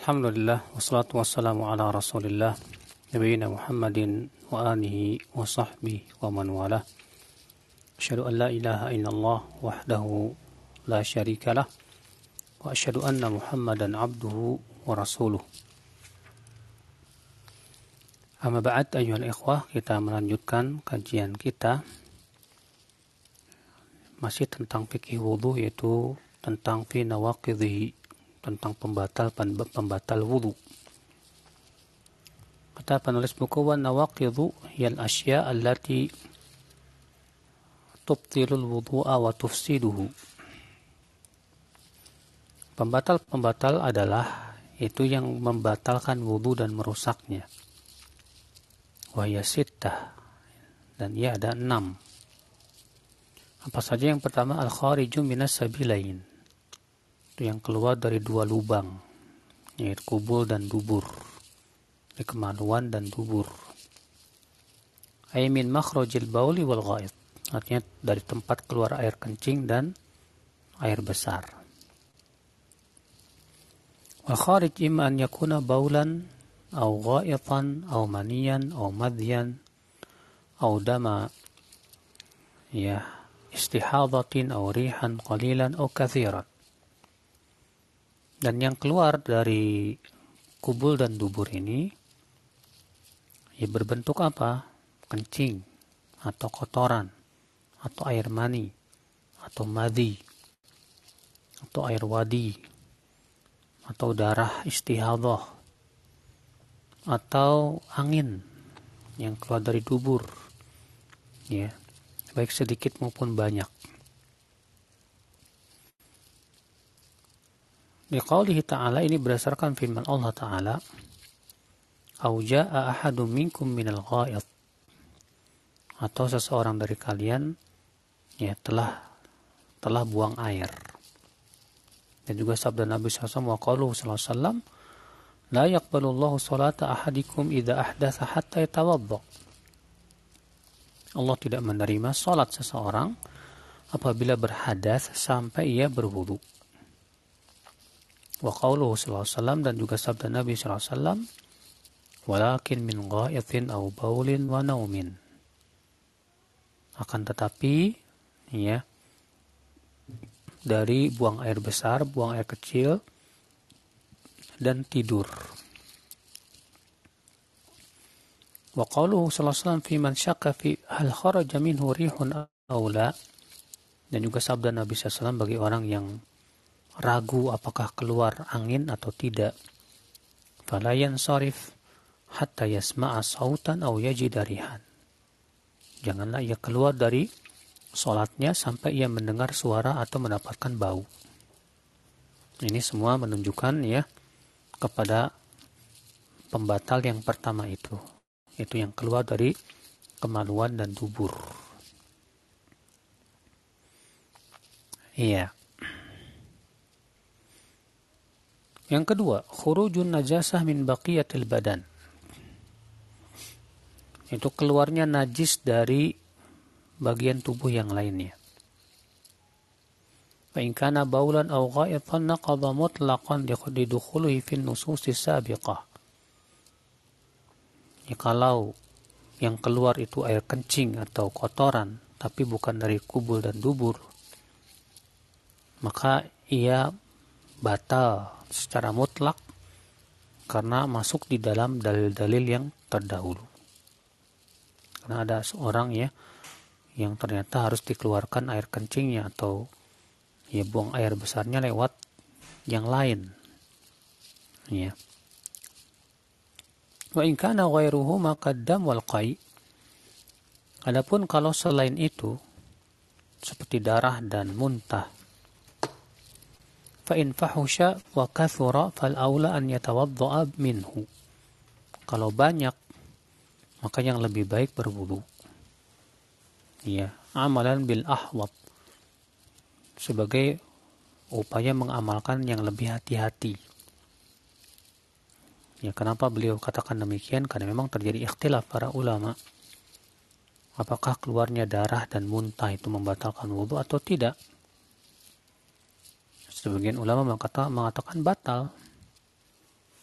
Alhamdulillah, wassalatu wassalamu ala rasulillah, nabiyina Muhammadin wa alihi wa sahbihi wa man walah. Asyhadu an la ilaha illallah wahdahu la syarikalah wa asyhadu anna Muhammadan abduhu wa rasuluh. Amma ba'd, ayyuhal ikhwah, kita melanjutkan kajian kita masih tentang fikih wudu, yaitu tentang fi nawaqidhihi, tentang pembatal wudu. Kata penulis buku, wa nawaqidhu hiyal asya allati tubtilul wudu'a wa tufsiduhu. Pembatal-pembatal adalah itu yang membatalkan wudu dan merusaknya. Wa hiya sittah, dan ia ada 6. Apa saja? Yang pertama, al-khariju minas sabilain, itu yang keluar dari 2 lubang, yaitu kubul dan dubur, dari kemaluan dan dubur. Ay min makhrajil bauli wal ghaid, artinya dari tempat keluar air kencing dan air besar. Wal kharij imma an yakuna baulan aw ghaitan aw maniyan aw madyan aw dama istihadatin aw rihan qalilan aw kathiran. Dan yang keluar dari kubul dan dubur ini berbentuk apa? Kencing atau kotoran atau air mani atau madhi atau air wadi atau darah istihadah atau angin yang keluar dari dubur, baik sedikit maupun banyak. Biqaulihi ta'ala, ini berdasarkan firman Allah Ta'ala, au jaa'a ahadun minkum minal ghaid, atau seseorang dari kalian telah buang air. Dan juga sabda Nabi SAW, wa qauluhu sallallahu alaihi wasallam, la yaqbalullahu salata ahadikum idza ahdatha hatta yatawadda. Allah tidak menerima salat seseorang apabila berhadas sampai ia berwudu. Wa qauluhu sallallahu alaihi wasallam, dan juga sabda Nabi sallallahu alaihi wasallam, walakin min ghaitin aw baulin wa naumin. Akan tetapi dari buang air besar, buang air kecil, dan tidur. Wa qauluhu sallallahu alaihi wasallam fi man syakka fi hal kharaja minhu rihun aw la, dan juga sabda Nabi sallallahu alaihi wasallam bagi orang yang ragu apakah keluar angin atau tidak, fala yansarif hatta yasma'a sautan aw yajida rihan. Janganlah ia keluar dari salatnya sampai ia mendengar suara atau mendapatkan bau. Ini semua menunjukkan kepada pembatal yang pertama itu yang keluar dari kemaluan dan dubur. Yang kedua, khurujun najasah min baqiyatil badan, itu keluarnya najis dari bagian tubuh yang lainnya. Fa in kana baulan aw ghaitan naqadha mutlaqan lidukhulihi fi an-nusus as-sabiqah. Kalau yang keluar itu air kencing atau kotoran tapi bukan dari kubul dan dubur, maka ia batal secara mutlak karena masuk di dalam dalil-dalil yang terdahulu. Karena ada seorang yang ternyata harus dikeluarkan air kencingnya atau buang air besarnya lewat yang lain. Wa in kana ghairuhu maqaddam wal qai. Adapun kalau selain itu seperti darah dan muntah, fa in fahusha wa kathura fal aula an yatawadda'a minhu. Kalau banyak, maka yang lebih baik berwudu. Amalan bil ahwat, sebagai upaya mengamalkan yang lebih hati-hati. Kenapa beliau katakan demikian? Karena memang terjadi ikhtilaf para ulama, apakah keluarnya darah dan muntah itu membatalkan wudu atau tidak. Sebagian ulama mengatakan batal,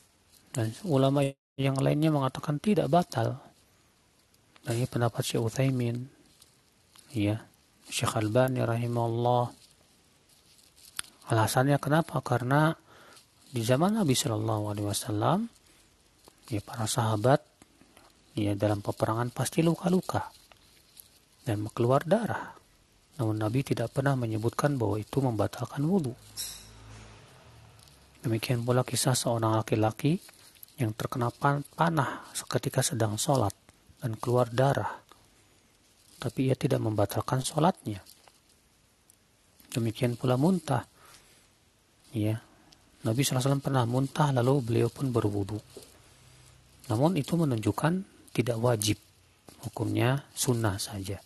Dan ulama yang lainnya mengatakan tidak batal. Dan ini pendapat Syekh Utsaimin, ya, Syekh Albani rahimahullah. Alasannya kenapa? Karena di zaman Nabi Shallallahu Alaihi Wasallam, ya para sahabat, ya dalam peperangan pasti luka-luka dan keluar darah. Namun Nabi tidak pernah menyebutkan bahwa itu membatalkan wudhu. Demikian pula kisah seorang laki-laki yang terkena panah ketika sedang sholat dan keluar darah, tapi ia tidak membatalkan sholatnya. Demikian pula muntah. Ya, Nabi SAW pernah muntah lalu beliau pun berwudu. Namun itu menunjukkan tidak wajib, hukumnya sunnah saja.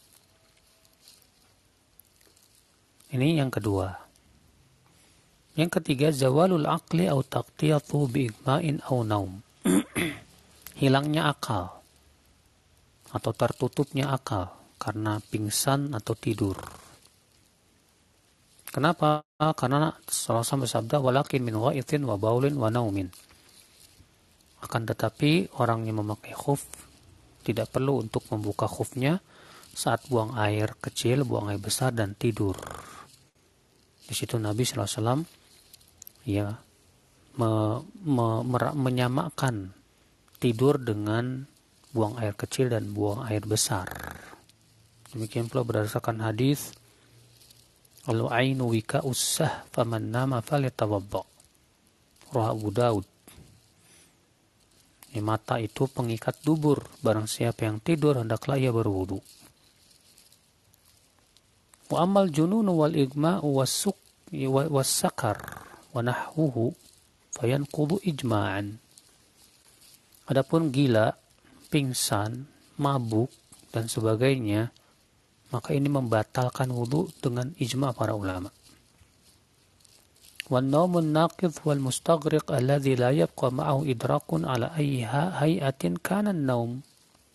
Ini yang kedua. Yang ketiga, zawalul aqli au taqtiyatu bi'igma'in au naum. Hilangnya akal atau tertutupnya akal karena pingsan atau tidur. Kenapa? Karena Rasulullah bersabda, walakin min ghaitin wa baulin wa naumin. Akan tetapi orang yang memakai khuf tidak perlu untuk membuka khufnya saat buang air kecil, buang air besar, dan tidur. Di situ Nabi SAW ya menyamakan tidur dengan buang air kecil dan buang air besar. Demikian pula berdasarkan hadis, al-ainu wika ussah faman nama falyatawadda. Roh Abu Daud. Mata itu pengikat dubur, barang siapa yang tidur hendaklah ia berwudu. Wa amal jununu wal igma'u was-sakar wa nahwuhu fayanqudu ijma'an. Adapun gila, pingsan, mabuk dan sebagainya, maka ini membatalkan wudu dengan ijma' para ulama. وَالنَّوْمُ النَّاقِضُ وَالْمُسْتَغْرِقُ الَّذِي لَا يَبْقَى مَعَهُ إِدْرَاكٌ عَلَى أَيِّ هَيْئَةٍ كَانَ النَّوْمُ.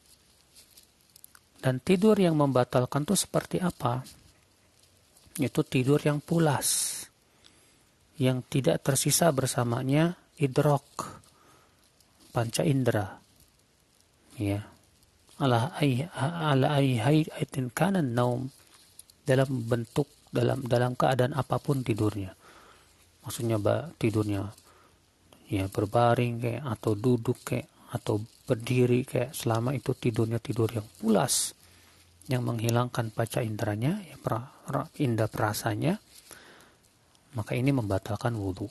Dan tidur yang membatalkan itu seperti apa? Itu tidur yang pulas, yang tidak tersisa bersamanya idrak, panca indera. Ya. Ala ayyi hay'atin kana an-naum, dalam bentuk dalam keadaan apapun tidurnya. Maksudnya tidurnya ya berbaring kayak atau duduk kayak atau berdiri kayak, selama itu tidurnya tidur yang pulas yang menghilangkan panca inderanya, ya indera perasanya, maka ini membatalkan wudu.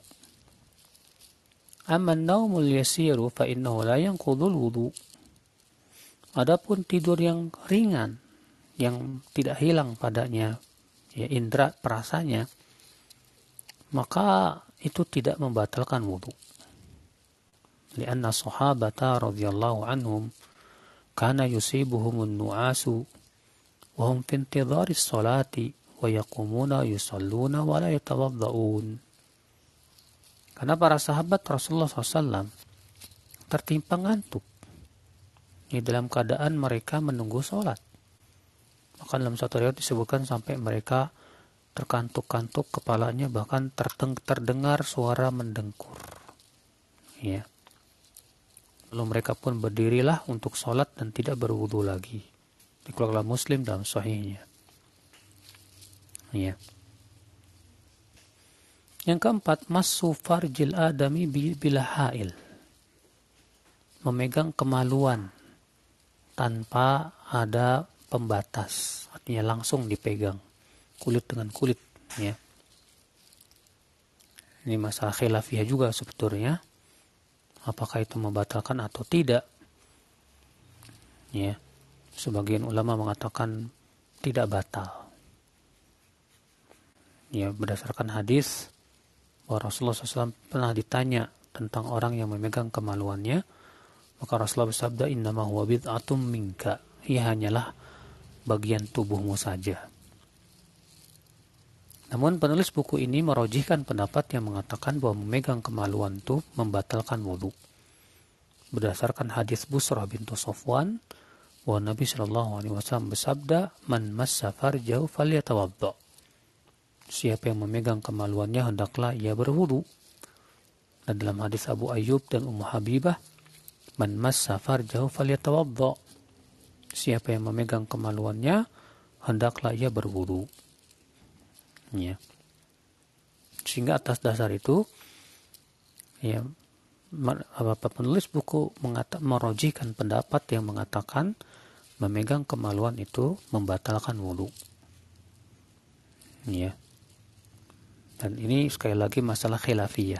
Amma an-naumul yasiru fa innahu la yanqudul wudu. Adapun tidur yang ringan yang tidak hilang padanya ya indera perasanya, maka itu tidak membatalkan wudu. Lianna sahabata radhiyallahu anhum kana yusibuhumun nu'asu wa hum fi intidhari sholati wa yaqumuna yusalluna wa la yatawadda'un. Karena para sahabat Rasulullah SAW tertimpa ngantuk di dalam keadaan mereka menunggu sholat. Maka dalam satu riwayat disebutkan sampai mereka terkantuk-kantuk kepalanya, bahkan terdengar suara mendengkur. Ya. Lalu mereka pun berdirilah untuk sholat dan tidak berwudu lagi. Dikeluarkan Muslim dalam sahihnya. Ya. Yang keempat, massu farjil adami bila hail. Memegang kemaluan tanpa ada pembatas, artinya langsung dipegang kulit dengan kulit, ya. Ini masalah khilafiyah juga sebetulnya, apakah itu membatalkan atau tidak, ya. Sebagian ulama mengatakan tidak batal, ya, berdasarkan hadis bahwa Rasulullah SAW pernah ditanya tentang orang yang memegang kemaluannya, maka Rasulullah bersabda, innama huwa bid'atum minka, ia hanyalah bagian tubuhmu saja. Namun penulis buku ini merojihkan pendapat yang mengatakan bahwa memegang kemaluan itu membatalkan wudu. Berdasarkan hadis Busrah bintu Safwan, bahwa Nabi SAW bersabda, man massa farjahu falyatawadda. Siapa yang memegang kemaluannya hendaklah ia berwudu. Dan dalam hadis Abu Ayyub dan Ummu Habibah, man massa farjahu falyatawadda. Siapa yang memegang kemaluannya, hendaklah ia berwudu. Ya. Sehingga atas dasar itu, ya, penulis buku merojihkan pendapat yang mengatakan memegang kemaluan itu membatalkan wudu. Ya. Dan ini sekali lagi masalah khilafiyah.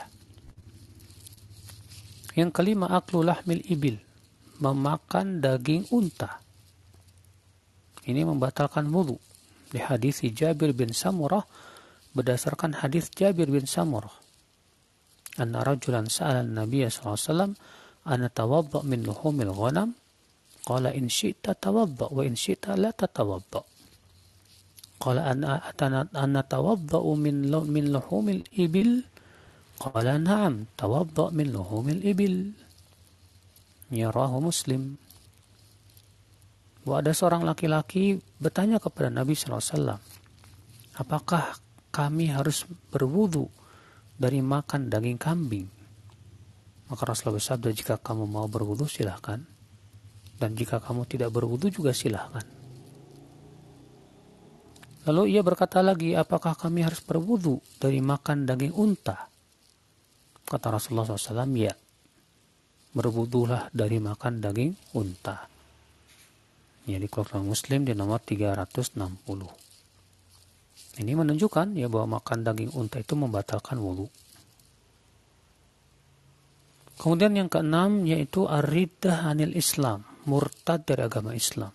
Yang kelima, aklu lahmil ibil, memakan daging unta. Ini membatalkan wudu. Di hadis Jabir bin Samurah, berdasarkan hadis Jabir bin Samurah, anna rajulan sa'ala an-nabiy sallallahu alaihi wasallam an tawadda min luhumil ghanam qala in syi'ta tawadda wa in syi'ta la tatawadda qala ana tawadda min luhumil ibil qala na'am tawadda min luhumil ibil. Rawahu Muslim. Bahwa ada seorang laki-laki bertanya kepada Nabi sallallahu alaihi wasallam, apakah kami harus berwudu dari makan daging kambing? Maka Rasulullah bersabda, jika kamu mau berwudu silahkan, dan jika kamu tidak berwudu juga silahkan. Lalu ia berkata lagi, apakah kami harus berwudu dari makan daging unta? Kata Rasulullah SAW, ya, berwudulah dari makan daging unta. Ya, dikeluarkan Muslim di nomor 360. Ini menunjukkan ya bahwa makan daging unta itu membatalkan wudu. Kemudian yang keenam yaitu ar-riddah anil Islam, murtad dari agama Islam.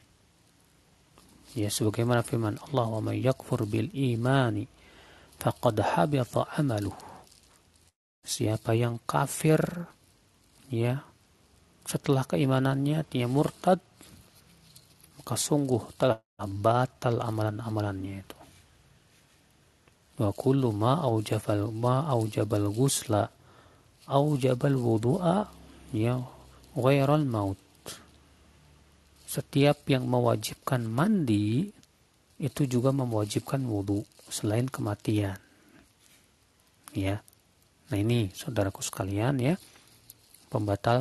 Ya, sebagaimana firman Allah, wa may yakfur bil imani faqad habita amaluhu. Siapa yang kafir ya setelah keimanannya, dia murtad, maka sungguh telah batal amalan-amalannya itu. Wa kullu ma aujabal ghusla aujabal wudu'a ya ghairal maut. Setiap yang mewajibkan mandi itu juga mewajibkan wudu selain kematian. Ya. Nah, ini saudaraku sekalian ya, pembatal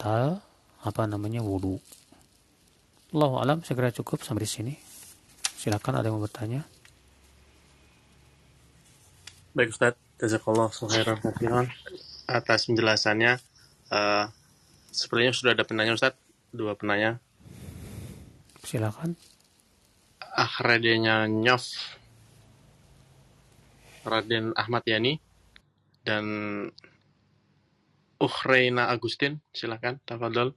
wudu. Allahu a'lam, segera cukup sampai di sini. Silakan ada yang mau bertanya. Baik Ustaz, jazakallahu khairan atas penjelasannya. Sepertinya sudah ada penanya Ustaz, 2 penanya. Silakan. Radennya Nyof, Raden Ahmad Yani, dan Reina Agustin, silakan, tafadhol.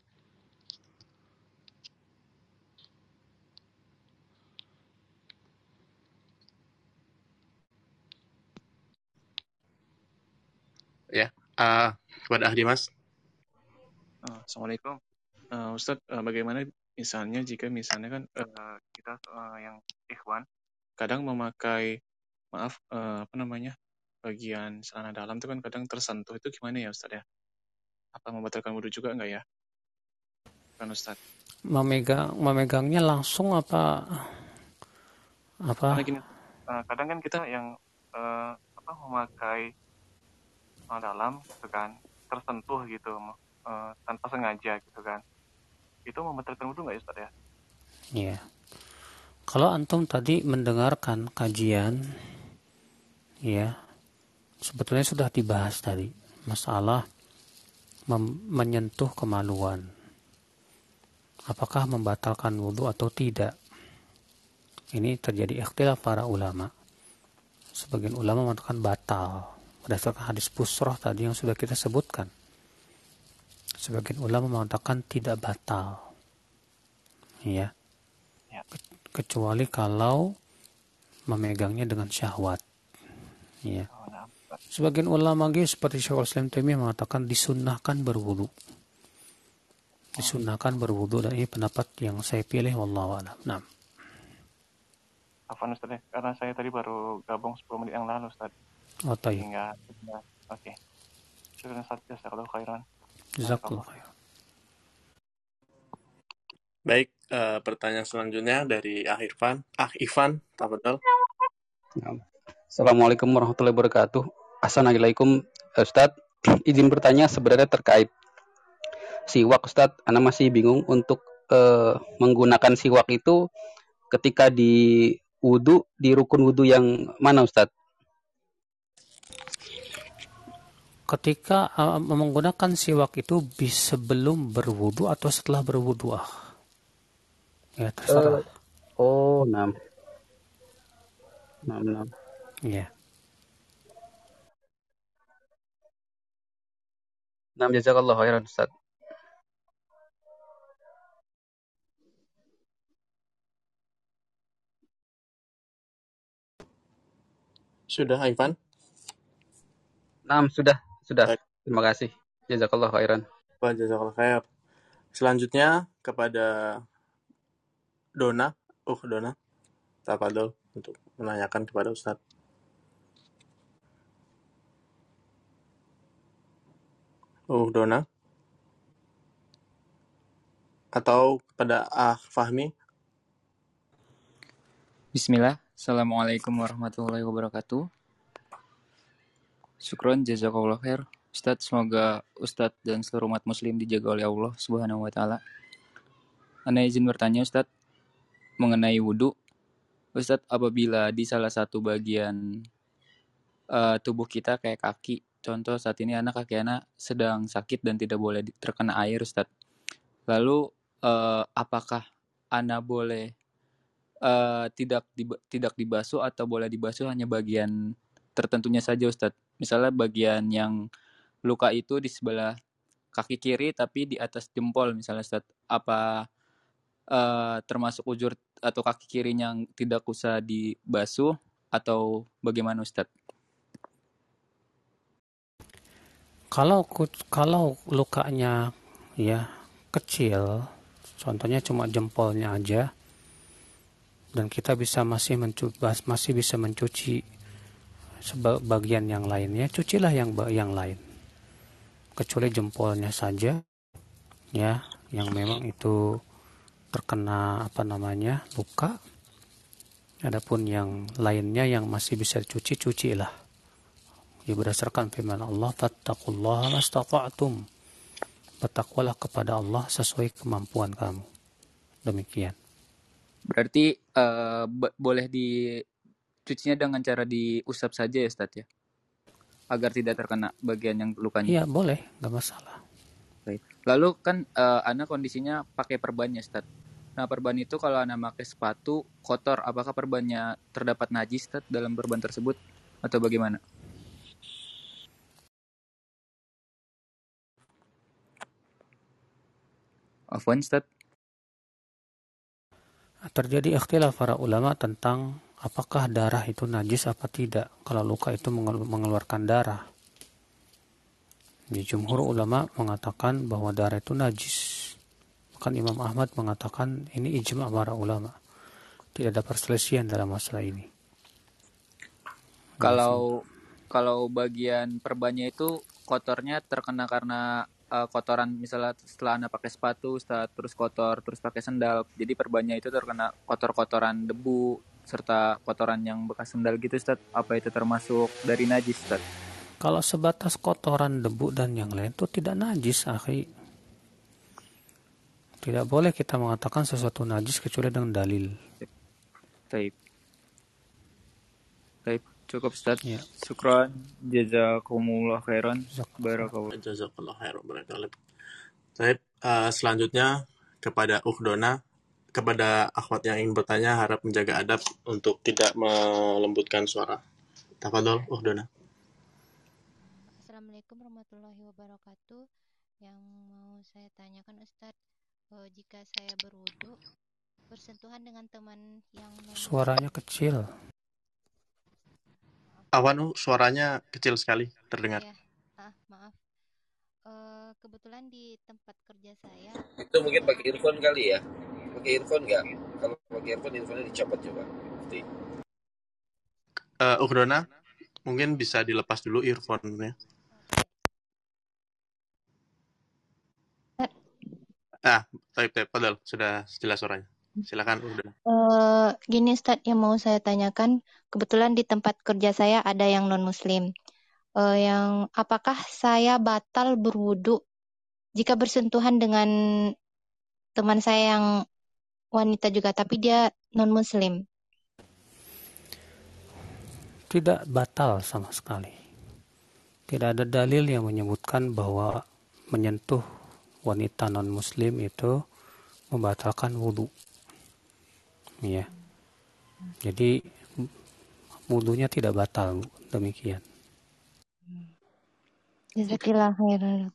Ya, kepada Ahdi Mas. Assalamualaikum. Ustadz, bagaimana misalnya jika kan kita yang ikhwan kadang memakai bagian celana dalam itu kan kadang tersentuh, itu gimana ya Ustadz ya? Apa membatalkan wudhu juga enggak ya? Kan Ustadz. Memegangnya langsung apa? Karena gini, kadang kan kita yang memakai celana dalam gitu kan tersentuh gitu tanpa sengaja gitu kan. Itu membatalkan wudhu enggak ya Ustadz ya? Iya. Kalau antum tadi mendengarkan kajian, ya, sebetulnya sudah dibahas tadi masalah menyentuh kemaluan. Apakah membatalkan wudhu atau tidak? Ini terjadi ikhtilaf para ulama. Sebagian ulama mengatakan batal berdasarkan hadis Busrah tadi yang sudah kita sebutkan. Sebagian ulama mengatakan tidak batal. Ya. Kecuali kalau memegangnya dengan syahwat. Ya. Sebagian ulama seperti Syekhul Islam Taimiyah mengatakan disunnahkan berwudu. Disunnahkan berwudu, dan ini pendapat yang saya pilih, wallahu a'lam. Nah. Afwan Ustaz, karena saya tadi baru gabung 10 menit yang lalu Ustaz. Oh, tayyib. Oke. Syukran Ustaz, jazakallahu khairan. Jazakallahu khairan. Baik, pertanyaan selanjutnya dari Ivan, tafadhol. Assalamualaikum warahmatullahi wabarakatuh. Assalamualaikum Ustaz. izin bertanya sebenarnya terkait siwak Ustadz. Ana masih bingung untuk menggunakan siwak itu ketika di wudu, di rukun wudu yang mana Ustadz? Ketika menggunakan siwak itu bisa sebelum berwudu atau setelah berwudu, ya terserah. Oh, nah. Ya. Nah, jazakallah khairan Ustaz. Sudah, Ivan? Nah, sudah. Baik, Terima kasih. Jazakallah khairan. Pak Jazakallah khair. Selanjutnya kepada Dona. Dona. Tafadhol untuk menanyakan kepada Ustadz. Dona. Atau kepada Fahmi. Bismillah. Assalamualaikum warahmatullahi wabarakatuh. Syukron jazakallah khair. Ustadz, semoga Ustadz dan seluruh umat muslim dijaga oleh Allah Subhanahu wa taala. Ana izin bertanya Ustadz mengenai wudhu. Ustadz, apabila di salah satu bagian tubuh kita kayak kaki, contoh saat ini kaki anak sedang sakit dan tidak boleh terkena air Ustadz. Lalu apakah ana boleh tidak dibasuh atau boleh dibasuh hanya bagian tertentunya saja Ustadz? Misalnya bagian yang luka itu di sebelah kaki kiri tapi di atas jempol misalnya Ustadz. Apa termasuk ujur atau kaki kiri yang tidak usah dibasuh atau bagaimana Ustadz? Kalau lukanya ya kecil, contohnya cuma jempolnya aja, dan kita masih bisa mencuci bagian yang lainnya, cucilah yang lain, kecuali jempolnya saja, ya, yang memang itu terkena luka. Adapun yang lainnya yang masih bisa dicuci, cucilah. Ya, berdasarkan firman Allah, fattaqullaha mastata'tum. Bertakwalah kepada Allah sesuai kemampuan kamu. Demikian. Berarti boleh dicucinya dengan cara diusap saja ya Ustadz ya? Agar tidak terkena bagian yang lukanya. Iya, boleh, nggak masalah. Baik. Lalu kan Ana kondisinya pakai perban ya Ustadz. Nah, perban itu kalau Ana pakai sepatu kotor, apakah perbannya terdapat najis Ustadz dalam perban tersebut atau bagaimana? Afwan Ustadz. Terjadi ikhtilaf para ulama tentang apakah darah itu najis apa tidak kalau luka itu mengeluarkan darah. Di jumhur ulama mengatakan bahwa darah itu najis. Bahkan Imam Ahmad mengatakan ini ijma' para ulama. Tidak ada perselisihan dalam masalah ini. Kalau bagian perbannya itu kotornya terkena karena kotoran, misalnya setelah Anda pakai sepatu terus kotor, terus pakai sendal, jadi perbannya itu terkena kotoran debu serta kotoran yang bekas sendal gitu Ustaz, apa itu termasuk dari najis Ustaz? Kalau sebatas kotoran debu dan yang lain itu tidak najis, akhi. Tidak boleh kita mengatakan sesuatu najis kecuali dengan dalil. Taib. Cukup Ustaz. Ya. Syukran. Jazakumullah khairan. Barakallah. Jazakallah khairan. Barakallah. Taib. Selanjutnya kepada Dona, kepada akhwat yang ingin bertanya, harap menjaga adab untuk tidak melembutkan suara. Tafadhol, Dona. Assalamualaikum warahmatullahi wabarakatuh. Yang mau saya tanyakan Ustadz, jika saya berwudu bersentuhan dengan teman yang suaranya kecil. Awan, suaranya kecil sekali terdengar. Ya, maaf. Kebetulan di tempat kerja saya. Itu mungkin pakai earphone kali ya? Pakai earphone nggak? Kalau pakai earphone, earphone-nya dicopot coba. Dona, mungkin bisa dilepas dulu earphone-nya. Taib, padahal sudah jelas suaranya. Silakan, Dona. Gini Ustadz, yang mau saya tanyakan, kebetulan di tempat kerja saya ada yang non-muslim. yang apakah saya batal berwudu jika bersentuhan dengan teman saya yang wanita juga, tapi dia non-muslim? Tidak batal sama sekali. Tidak ada dalil yang menyebutkan bahwa menyentuh wanita non-muslim itu membatalkan wudhu. Ya. Jadi wudhunya tidak batal, demikian. Jazakillah khairan.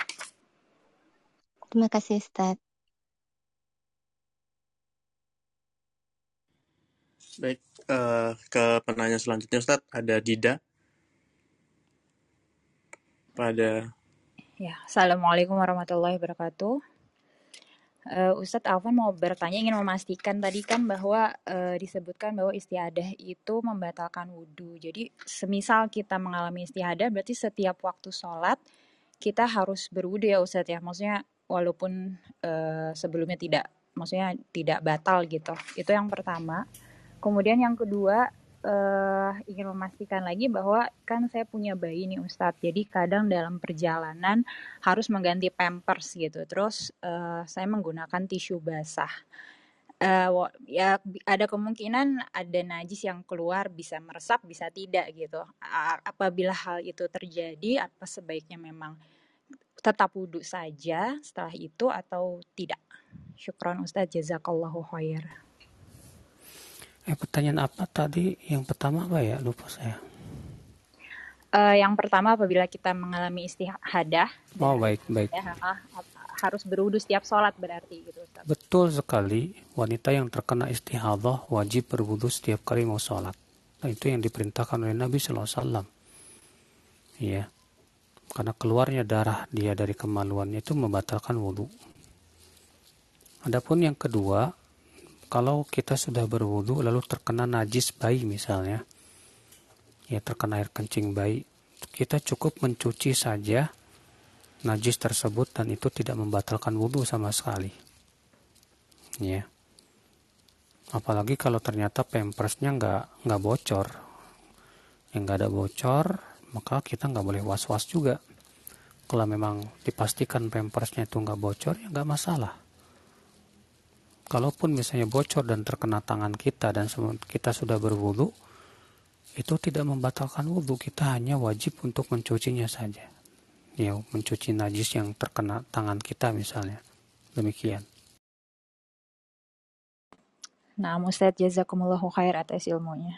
Terima kasih Ustaz. Baik, ke penanya selanjutnya Ustaz, ada Dida pada. Ya, Assalamualaikum warahmatullahi wabarakatuh. Ustadz Alvan mau bertanya, ingin memastikan tadi kan bahwa disebutkan bahwa istiadah itu membatalkan wudhu. Jadi semisal kita mengalami istiadah berarti setiap waktu sholat kita harus berwudhu ya Ustadz ya. Maksudnya walaupun sebelumnya maksudnya tidak batal gitu. Itu yang pertama. Kemudian yang kedua, ingin memastikan lagi bahwa kan saya punya bayi nih Ustadz. Jadi kadang dalam perjalanan harus mengganti pampers gitu. Terus saya menggunakan tisu basah. Ya ada kemungkinan ada najis yang keluar, bisa meresap, bisa tidak gitu. Apabila hal itu terjadi, apa sebaiknya memang tetap wudhu saja setelah itu atau tidak? Syukron Ustadz, jazakallahu khair. Pertanyaan apa tadi? Yang pertama apa ya? Lupa saya. Yang pertama apabila kita mengalami istihadah. Oh baik. Ya, harus berwudu setiap sholat berarti gitu Ustaz. Betul sekali. Wanita yang terkena istihadah wajib berwudu setiap kali mau sholat. Nah, itu yang diperintahkan oleh Nabi SAW. Iya. Karena keluarnya darah dia dari kemaluannya itu membatalkan wudu. Adapun yang kedua, kalau kita sudah berwudu lalu terkena najis bayi misalnya, ya terkena air kencing bayi, kita cukup mencuci saja najis tersebut dan itu tidak membatalkan wudu sama sekali. Ya. Apalagi kalau ternyata pampersnya nggak bocor, yang nggak ada bocor, maka kita nggak boleh was-was juga. Kalau memang dipastikan pampersnya itu nggak bocor, ya nggak masalah. Kalaupun misalnya bocor dan terkena tangan kita dan kita sudah berwudu, itu tidak membatalkan wudu. Kita hanya wajib untuk mencucinya saja. Ya, mencuci najis yang terkena tangan kita misalnya. Demikian. Nah, Ustaz, jazakumullahu khair atas ilmunya.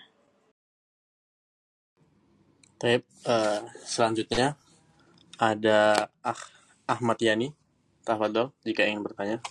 Selanjutnya ada Ahmad Yani. Tafadhol jika ingin bertanya.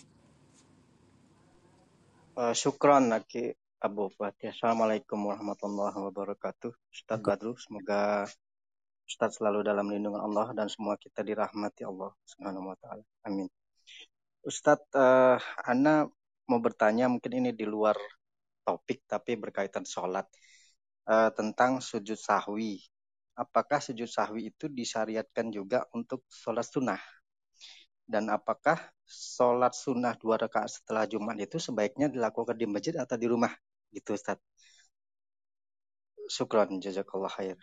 Syukron Aki Abu Fatih. Assalamualaikum warahmatullahi wabarakatuh. Ustadz Badru, semoga Ustadz selalu dalam lindungan Allah dan semua kita dirahmati Allah Subhanahu wa taala. Amin. Ustadz, Ana mau bertanya, mungkin ini di luar topik tapi berkaitan sholat, tentang sujud sahwi. Apakah sujud sahwi itu disyariatkan juga untuk sholat sunnah? Dan apakah sholat sunnah 2 rakaat setelah Jumat itu sebaiknya dilakukan di masjid atau di rumah? Gitu Ustaz. Syukran, jazakallah khair.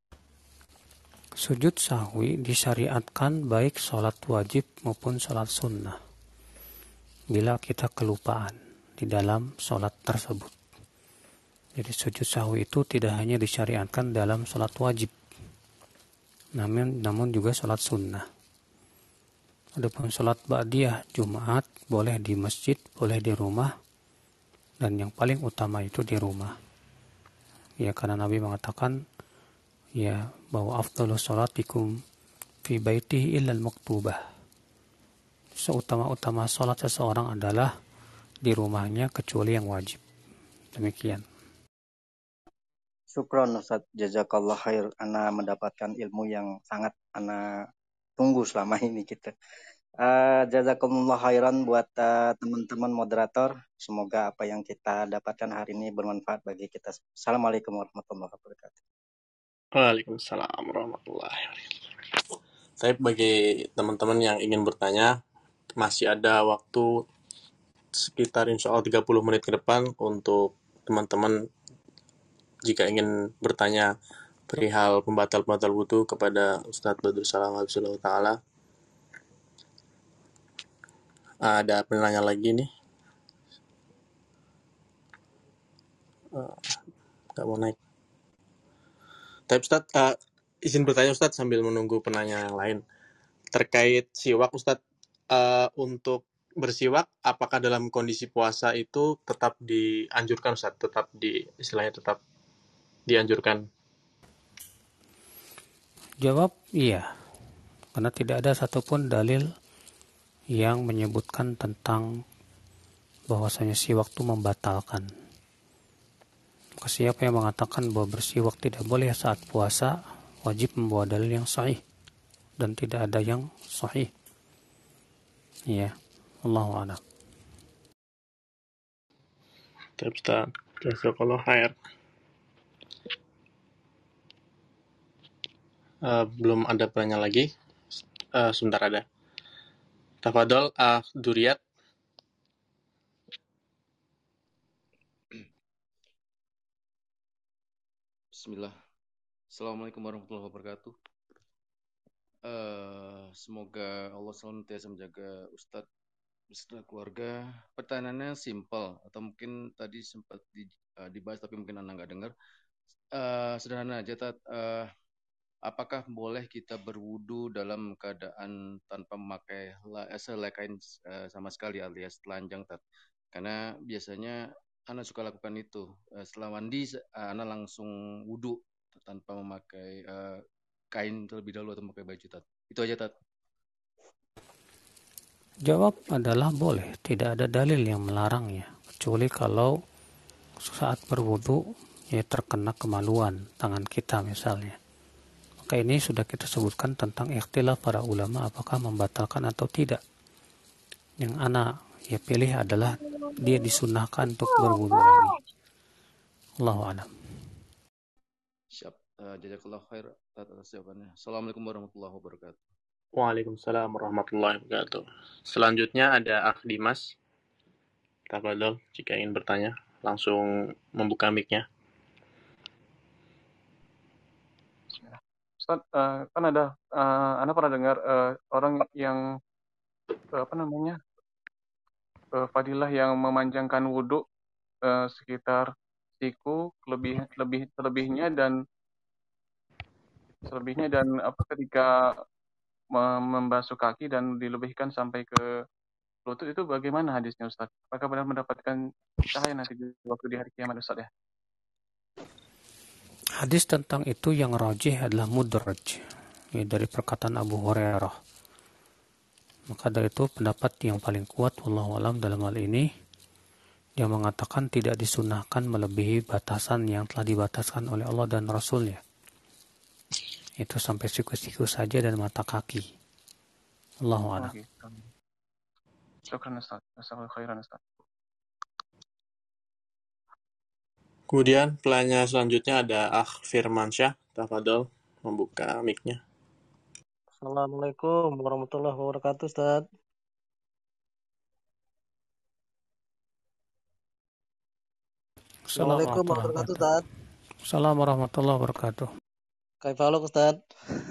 Sujud sahwi disyariatkan baik sholat wajib maupun sholat sunnah. Bila kita kelupaan di dalam sholat tersebut. Jadi sujud sahwi itu tidak hanya disyariatkan dalam sholat wajib, namun juga sholat sunnah. Adapun sholat ba'diyah Jumat boleh di masjid, boleh di rumah, dan yang paling utama itu di rumah. Ya, karena Nabi mengatakan ya bahwa afdhalus sholatikum fi baitihi illal maktubah. Seutama-utama sholat seseorang adalah di rumahnya kecuali yang wajib. Demikian. Syukron Ustaz, jazakallah khair. Ana mendapatkan ilmu yang sangat ana tunggu selama ini kita. Jazakumullah khairan buat teman-teman moderator. Semoga apa yang kita dapatkan hari ini bermanfaat bagi kita. Assalamualaikum warahmatullahi wabarakatuh. Waalaikumsalam warahmatullahi wabarakatuh. Saya bagi teman-teman yang ingin bertanya, masih ada waktu sekitar insya Allah 30 menit ke depan untuk teman-teman jika ingin bertanya perihal pembatal-pembatal wudhu kepada Ustadz Badrul Salam Habibullah Ta'ala. Ada penanya lagi nih. Nggak mau naik. Tapi Ustadz, izin bertanya Ustadz sambil menunggu penanya yang lain. Terkait siwak Ustadz, untuk bersiwak, apakah dalam kondisi puasa itu tetap dianjurkan Ustadz? Istilahnya tetap dianjurkan? Jawab iya, karena tidak ada satupun dalil yang menyebutkan tentang bahwasanya siwak itu membatalkan. Maka siapa yang mengatakan bahwa bersiwak tidak boleh saat puasa, wajib membawa dalil yang sahih, dan tidak ada yang sahih. Ya, Allahu a'lam. Ustaz, jazakallah khair. Belum ada penanya lagi. Sebentar ada. Tafadol, Duriat. Bismillah. Assalamualaikum warahmatullahi wabarakatuh. Semoga Allah senantiasa menjaga Ustadz beserta keluarga. Pertanyaannya simpel, atau mungkin tadi sempat dibahas tapi mungkin Anda nggak dengar. Sederhana aja, Tat. Apakah boleh kita berwudu dalam keadaan tanpa memakai selai kain sama sekali alias telanjang, Tat? Karena biasanya Ana suka lakukan itu. Setelah mandi, Ana langsung wudu tanpa memakai kain terlebih dahulu atau memakai baju, Tat. Itu aja, Tat. Jawab adalah boleh, tidak ada dalil yang melarangnya, kecuali kalau saat berwudu ya terkena kemaluan tangan kita misalnya. Maka ini sudah kita sebutkan tentang ikhtilaf para ulama apakah membatalkan atau tidak. Yang ana pilih adalah dia disunahkan untuk berwudu lagi. Allahu a'lam. Siap. Jazakallah khair atas jawabannya. Assalamualaikum warahmatullahi wabarakatuh. Waalaikumsalam warahmatullahi wabarakatuh. Selanjutnya ada Akh Dimas. Tafadhol, jika ingin bertanya, langsung membuka mic-nya. Ustaz, kan ada, Anda pernah dengar orang yang fadilah yang memanjangkan wudhu sekitar siku selebihnya dan ketika membasuh kaki dan dilebihkan sampai ke lutut, itu bagaimana hadisnya Ustaz? Apakah benar mendapatkan cahaya nanti waktu di hari kiamat Ustaz ya? Hadis tentang itu yang rajih adalah mudraj, dari perkataan Abu Hurairah. Maka dari itu pendapat yang paling kuat wallahu alam dalam hal ini yang mengatakan tidak disunahkan melebihi batasan yang telah dibataskan oleh Allah dan Rasulnya. Itu sampai siku-siku saja dan mata kaki. Allahu a'lam. Syukran Ustaz. Jazakallahu khairan Ustaz. Kemudian penanya selanjutnya ada Akh Firmansyah. Tafadhol membuka mic-nya. Assalamualaikum warahmatullahi wabarakatuh, Ustaz. Assalamualaikum warahmatullahi wabarakatuh, Ustaz. Assalamualaikum warahmatullahi wabarakatuh. Kaifaluk, Ustaz?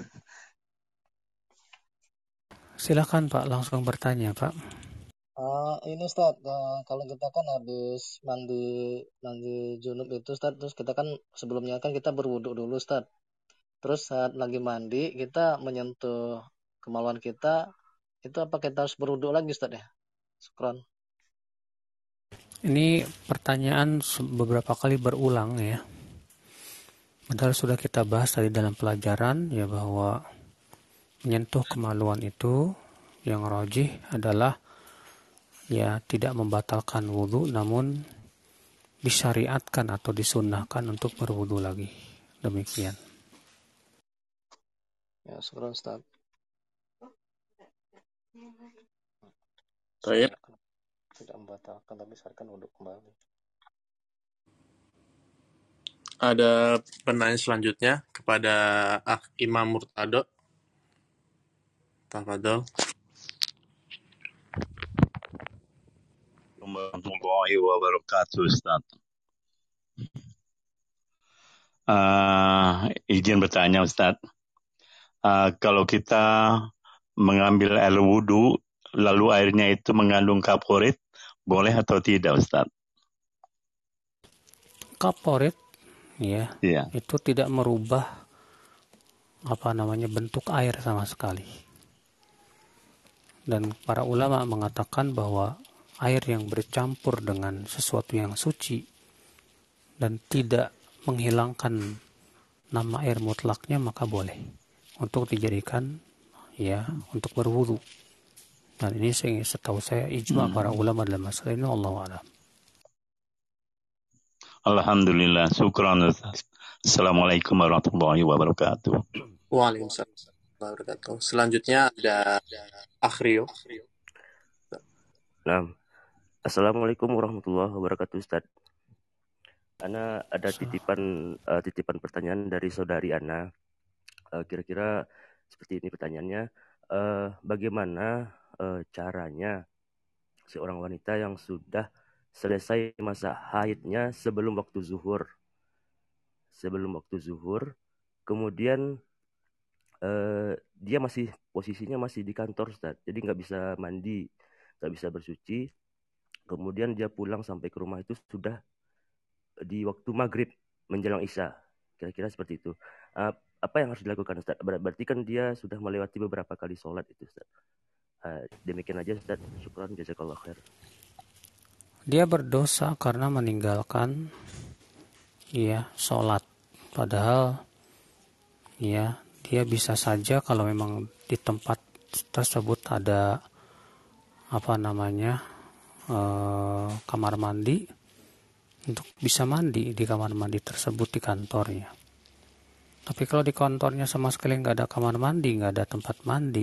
Silakan Pak, langsung bertanya Pak. Ini Ustaz, kalau kita kan habis mandi junub itu Ustaz, terus kita kan sebelumnya kan kita berwuduk dulu Ustaz. Terus saat lagi mandi kita menyentuh kemaluan kita, itu apa kita harus berwuduk lagi Ustaz ya? Syukran. Ini pertanyaan beberapa kali berulang ya. Padahal sudah kita bahas tadi dalam pelajaran ya bahwa menyentuh kemaluan itu yang rajih adalah ya tidak membatalkan wudhu, namun disyariatkan atau disunnahkan untuk berwudhu lagi. Demikian. Ya, syukran Ustaz. Baik. Tidak membatalkan tapi syariatkan wudhu kembali. Ada penanya selanjutnya kepada Akh Imam Murtado. Tafadhol. Warahmatullahi wabarakatuh, Ustaz. Izin bertanya Ustadz, kalau kita mengambil air wudhu lalu airnya itu mengandung kaporit, boleh atau tidak Ustadz? Kaporit ya, Iya. itu tidak merubah bentuk air sama sekali. Dan para ulama mengatakan bahwa air yang bercampur dengan sesuatu yang suci dan tidak menghilangkan nama air mutlaknya, maka boleh untuk dijadikan untuk berwudu. Dan ini setahu saya ijma para ulama dalam masalah ini. Allahu a'lam. Alhamdulillah, syukran Ustaz. Assalamualaikum warahmatullahi wabarakatuh. Waalaikumsalam warahmatullahi wabarakatuh. Selanjutnya ada Akhrio. Nah, Assalamualaikum warahmatullahi wabarakatuh Ustaz. Ana ada titipan pertanyaan dari saudari Ana. Kira-kira seperti ini pertanyaannya. Bagaimana caranya seorang wanita yang sudah selesai masa haidnya sebelum waktu zuhur, kemudian dia posisinya masih di kantor Ustaz, jadi nggak bisa mandi, nggak bisa bersuci, kemudian dia pulang sampai ke rumah itu sudah di waktu maghrib menjelang isya, kira-kira seperti itu. Apa yang harus dilakukan Ustaz? Berarti kan dia sudah melewati beberapa kali sholat itu Ustaz. Demikian aja Ustaz. Syukran, jazakallah khair. Dia berdosa karena meninggalkan sholat. Padahal dia bisa saja kalau memang di tempat tersebut ada kamar mandi, untuk bisa mandi di kamar mandi tersebut di kantornya. Tapi kalau di kantornya sama sekali nggak ada kamar mandi, nggak ada tempat mandi,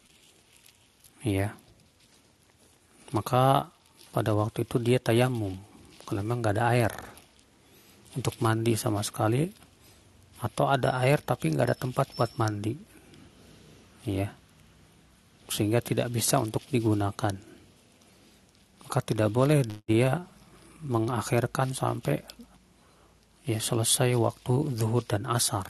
maka pada waktu itu dia tayamum kalau memang nggak ada air untuk mandi sama sekali, atau ada air tapi nggak ada tempat buat mandi, sehingga tidak bisa untuk digunakan. Maka tidak boleh dia mengakhirkan sampai selesai waktu zuhur dan asar.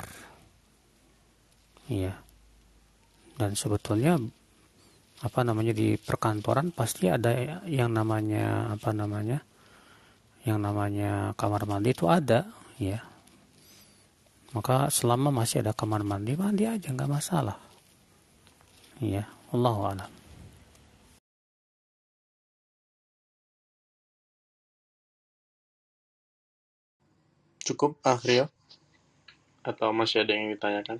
Dan sebetulnya di perkantoran pasti ada yang namanya kamar mandi itu ada, maka selama masih ada kamar mandi aja, nggak masalah. Allahu a'lam. Cukup Akhrio? Atau masih ada yang ditanyakan?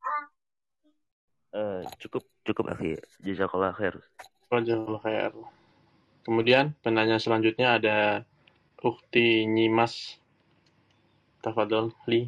Cukup akhi. Jazakallah khair. Jazakallah khair. Kemudian penanya selanjutnya ada Ukti Nyimas. Tafadhol Li.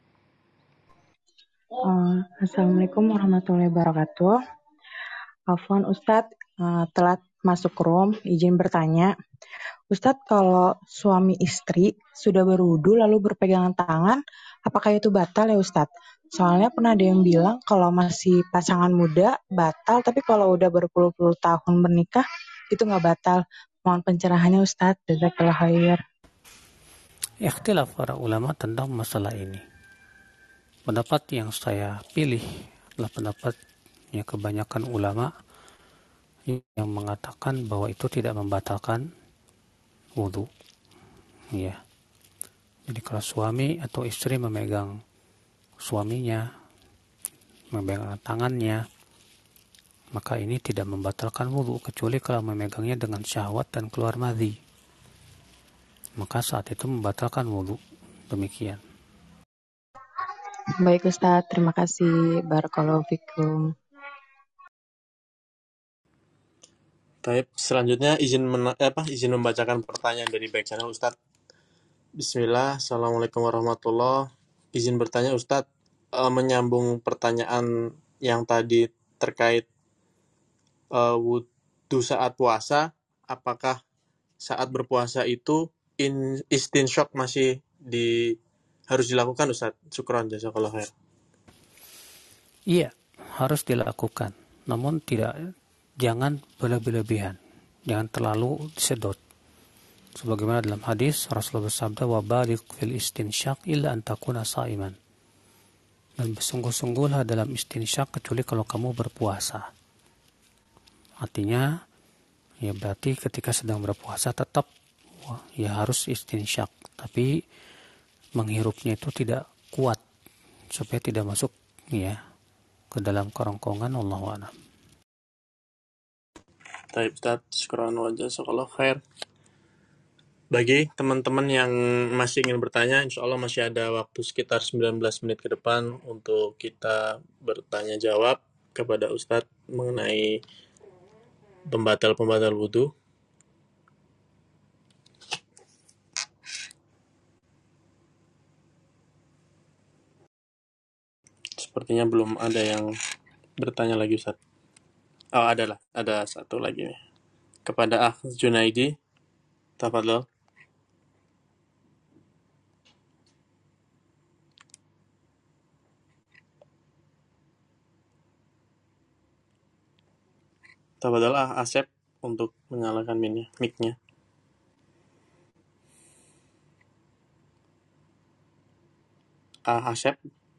Assalamualaikum warahmatullahi wabarakatuh. Afwan Ustadz, telat masuk room, izin bertanya. Ustadz, kalau suami istri sudah berwudu lalu berpegangan tangan, apakah itu batal ya Ustadz? Soalnya pernah ada yang bilang kalau masih pasangan muda batal, tapi kalau udah berpuluh-puluh tahun bernikah itu nggak batal. Mohon pencerahannya Ustadz. Jazakallah khair. Ikhtilaf para ulama tentang masalah ini. Pendapat yang saya pilih adalah pendapat kebanyakan ulama yang mengatakan bahwa itu tidak membatalkan wudu. Jadi kalau suami atau istri memegang suaminya, memegang tangannya, maka ini tidak membatalkan wudu, kecuali kalau memegangnya dengan syahwat dan keluar madhi, maka saat itu membatalkan wudu. Demikian. Baik Ustadz, terima kasih. Barakallahu fikum. Baik, selanjutnya izin membacakan pertanyaan dari back channel Ustadz. Bismillah, Assalamualaikum warahmatullahi. Izin bertanya Ustadz, menyambung pertanyaan yang tadi terkait wudu saat puasa, apakah saat berpuasa itu istinsyaq masih harus dilakukan Ustadz? Syukran, jazakallah khair. Iya, harus dilakukan. Namun jangan berlebihan, jangan terlalu sedot. Sebagaimana dalam hadis Rasulullah bersabda, wa baligh fil istinsyaq illa an takuna sa'iman. Dan bersungguh-sungguhlah dalam istinsyaq kecuali kalau kamu berpuasa. Artinya, ya berarti ketika sedang berpuasa tetap ya harus istinsyaq, tapi menghirupnya itu tidak kuat supaya tidak masuk ya ke dalam kerongkongan. Wallahu a'lam. Baik, Ustaz, syukran wa jazakallahu khair. Bagi teman-teman yang masih ingin bertanya, insya Allah masih ada waktu sekitar 19 menit ke depan untuk kita bertanya jawab kepada Ustadz mengenai pembatal-pembatal wudhu. Sepertinya belum ada yang bertanya lagi, Ustadz. Oh, ada satu lagi nih. Kepada Akh Junaidi, tafadhol. Tafadhol Asep untuk menyalakan mic-nya. Asep.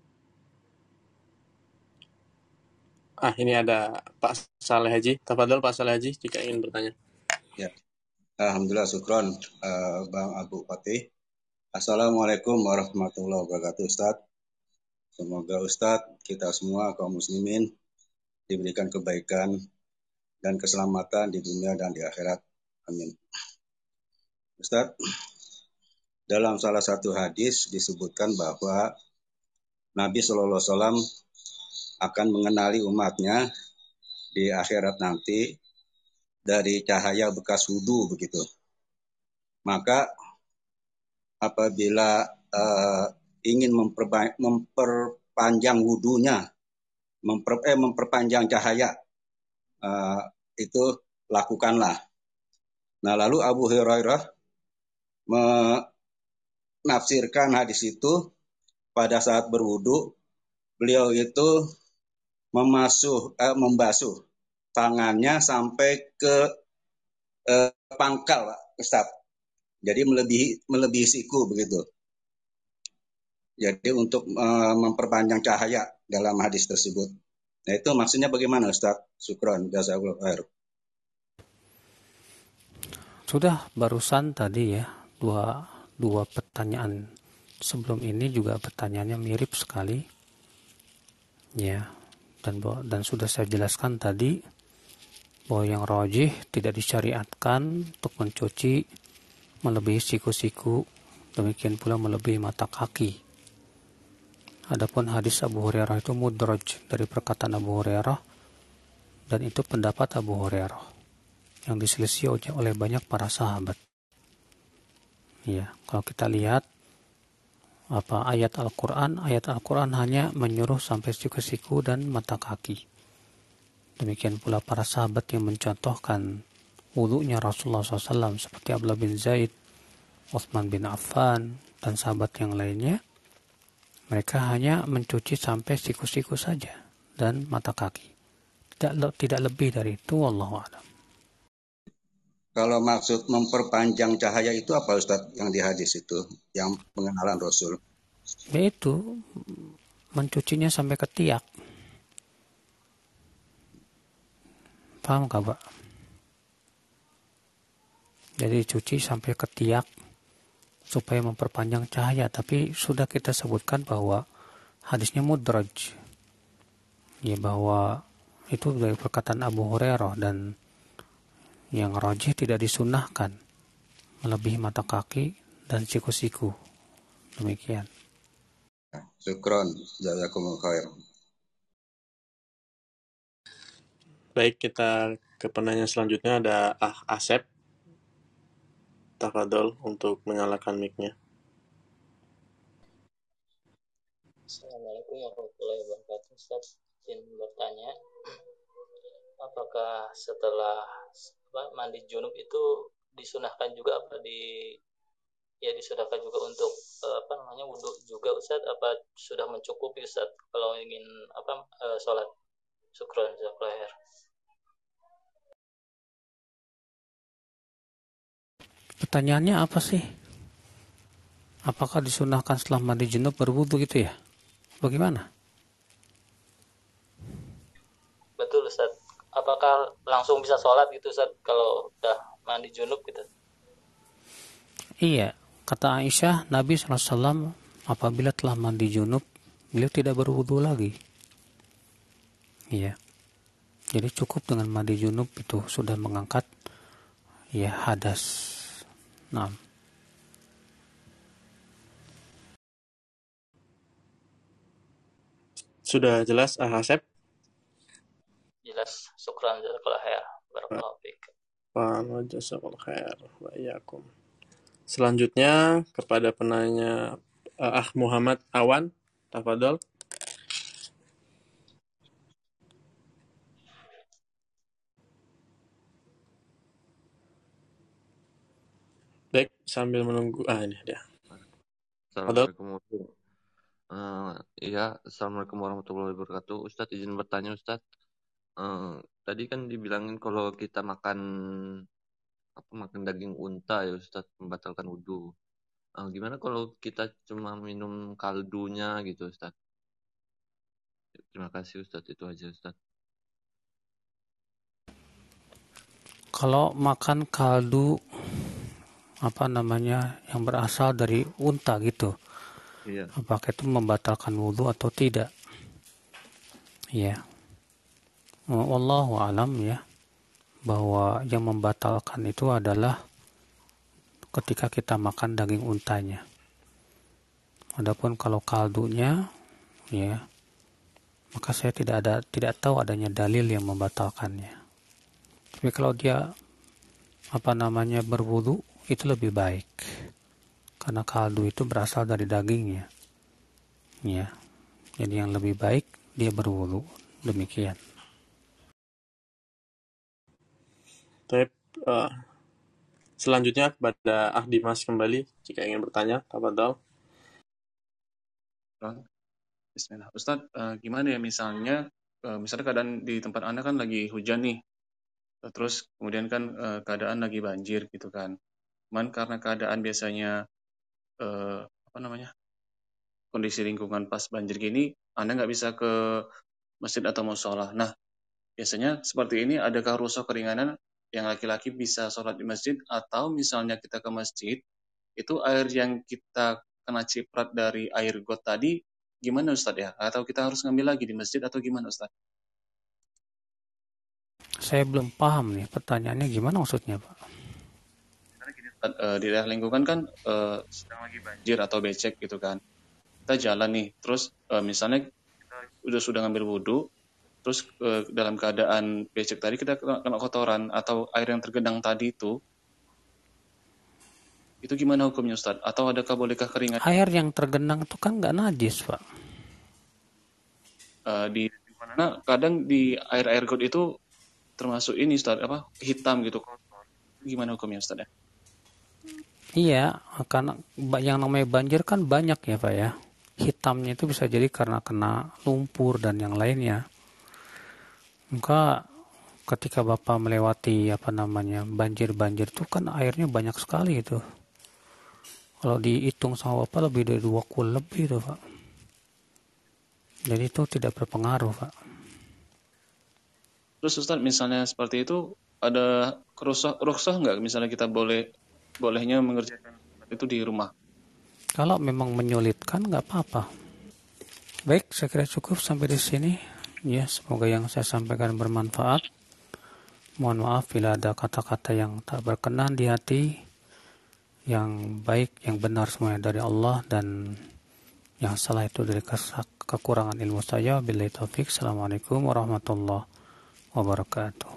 Ini ada Pak Saleh Haji. Tafadhol Pak Saleh Haji jika ingin bertanya. Ya. Alhamdulillah, syukron Bang Abu Fatih. Assalamualaikum warahmatullahi wabarakatuh, Ustaz. Semoga Ustaz, kita semua kaum muslimin diberikan kebaikan dan keselamatan di dunia dan di akhirat. Amin. Ustaz, dalam salah satu hadis disebutkan bahwa Nabi SAW akan mengenali umatnya di akhirat nanti dari cahaya bekas wudu begitu. Maka apabila ingin memperpanjang wudunya, memperpanjang cahaya, itu lakukanlah. Nah, lalu Abu Hurairah menafsirkan hadis itu pada saat berwudu, beliau itu membasuh tangannya sampai ke pangkal, Ustaz. Jadi melebihi siku begitu. Jadi untuk memperpanjang cahaya dalam hadis tersebut. Nah, itu maksudnya bagaimana, Ustaz? Syukran, jazakallahu khair. Sudah barusan tadi ya, dua pertanyaan sebelum ini juga pertanyaannya mirip sekali. Ya. Dan sudah saya jelaskan tadi bahwa yang rajih tidak disyariatkan untuk mencuci melebihi siku-siku, demikian pula melebihi mata kaki. Adapun hadis Abu Hurairah itu mudraj dari perkataan Abu Hurairah, dan itu pendapat Abu Hurairah yang diselisih oleh banyak para sahabat. Ya, kalau kita lihat ayat Al-Quran hanya menyuruh sampai siku-siku dan mata kaki. Demikian pula para sahabat yang mencontohkan wudunya Rasulullah SAW seperti Abdullah bin Zaid, Utsman bin Affan, dan sahabat yang lainnya. Mereka hanya mencuci sampai siku-siku saja dan mata kaki. Tidak lebih dari itu, wallahu a'lam. Kalau maksud memperpanjang cahaya itu apa, Ustaz, yang di hadis itu, yang pengenalan Rasul? Yaitu mencucinya sampai ketiak. Paham gak, Pak? Jadi cuci sampai ketiak supaya memperpanjang cahaya. Tapi sudah kita sebutkan bahwa hadisnya mudraj. Ya, bahwa itu dari perkataan Abu Hurairah, dan yang rajih tidak disunahkan melebihi mata kaki dan siku-siku. Demikian. Syukron, jazakumullah khair. Baik, kita ke penanya selanjutnya, ada Asep. Tafadhol untuk menyalakan mic-nya. Assalamualaikum warahmatullahi wabarakatuh. Ustaz, izin bertanya, apakah setelah mandi junub itu disunahkan juga disunahkan juga untuk wudhu juga, Ustaz? Apa sudah mencukupi, Ustaz, kalau ingin sholat? Syukran, jazakallahu khair. Pertanyaannya apa sih? Apakah disunahkan setelah mandi junub berwudu gitu ya? Bagaimana? Betul Ustaz. Apakah langsung bisa sholat gitu Ustaz kalau udah mandi junub gitu? Iya, kata Aisyah, Nabi SAW apabila telah mandi junub, beliau tidak berwudu lagi. Iya. Jadi cukup dengan mandi junub itu sudah mengangkat ya hadas. Nah. Sudah jelas, Hasep? Jelas. Syukran jazakallahu khair. Barakallahu fiik. Wa jazakallahu khair wa iyyakum. Selanjutnya kepada penanya Muhammad Awan, tafadhol. Baik, sambil menunggu ini dia. Assalamualaikum. Assalamualaikum warahmatullahi wabarakatuh. Ustadz izin bertanya Ustadz. Tadi kan dibilangin kalau kita makan daging unta ya Ustadz membatalkan wudhu. Gimana kalau kita cuma minum kaldunya gitu Ustadz? Terima kasih Ustadz, itu aja Ustadz. Kalau makan kaldu yang berasal dari unta gitu, iya. Apakah itu membatalkan wudhu atau tidak? Ya, wallahu alam ya, bahwa yang membatalkan itu adalah ketika kita makan daging untanya. Adapun kalau kaldunya, ya, maka saya tidak tahu adanya dalil yang membatalkannya. Tapi kalau dia berwudu, itu lebih baik karena kaldu itu berasal dari dagingnya, ya. Jadi yang lebih baik dia berwudu. Demikian. Selanjutnya kepada Dimas kembali jika ingin bertanya, tafadhol. Bismillah. Ustadz, gimana ya misalnya keadaan di tempat Anda kan lagi hujan nih, terus kemudian kan keadaan lagi banjir gitu kan. Cuman karena keadaan biasanya kondisi lingkungan pas banjir gini, Anda nggak bisa ke masjid atau musola. Nah, biasanya seperti ini, adakah rukhsah keringanan yang laki-laki bisa sholat di masjid, atau misalnya kita ke masjid, itu air yang kita kena ciprat dari air got tadi, gimana Ustadz ya? Atau kita harus ngambil lagi di masjid atau gimana Ustadz? Saya belum paham nih pertanyaannya, gimana maksudnya Pak? Di daerah lingkungan kan sedang lagi banjir atau becek gitu kan. Kita jalan nih, terus misalnya kita sudah ngambil wudhu, terus dalam keadaan becek tadi kita kena kotoran atau air yang tergenang tadi itu gimana hukumnya Ustadz? Atau bolehkah keringat? Air yang tergenang itu kan nggak najis Pak. Di mana kadang di air got itu termasuk ini Ustadz, hitam gitu. Gimana hukumnya Ustadz ya? Iya, karena yang namanya banjir kan banyak ya Pak ya. Hitamnya itu bisa jadi karena kena lumpur dan yang lainnya. Maka ketika Bapak melewati banjir-banjir itu kan airnya banyak sekali itu. Kalau dihitung sama Bapak lebih dari 2 kul lebih itu Pak. Jadi itu tidak berpengaruh Pak. Terus Ustadz, misalnya seperti itu ada rukhsah nggak? Misalnya kita bolehnya mengerjakan itu di rumah. Kalau memang menyulitkan nggak apa-apa. Baik, saya kira cukup sampai di sini. Ya, semoga yang saya sampaikan bermanfaat. Mohon maaf bila ada kata-kata yang tak berkenan di hati. Yang baik, yang benar semuanya dari Allah, dan yang salah itu dari kekurangan ilmu saya. Billahi taufik. Assalamualaikum warahmatullahi wabarakatuh.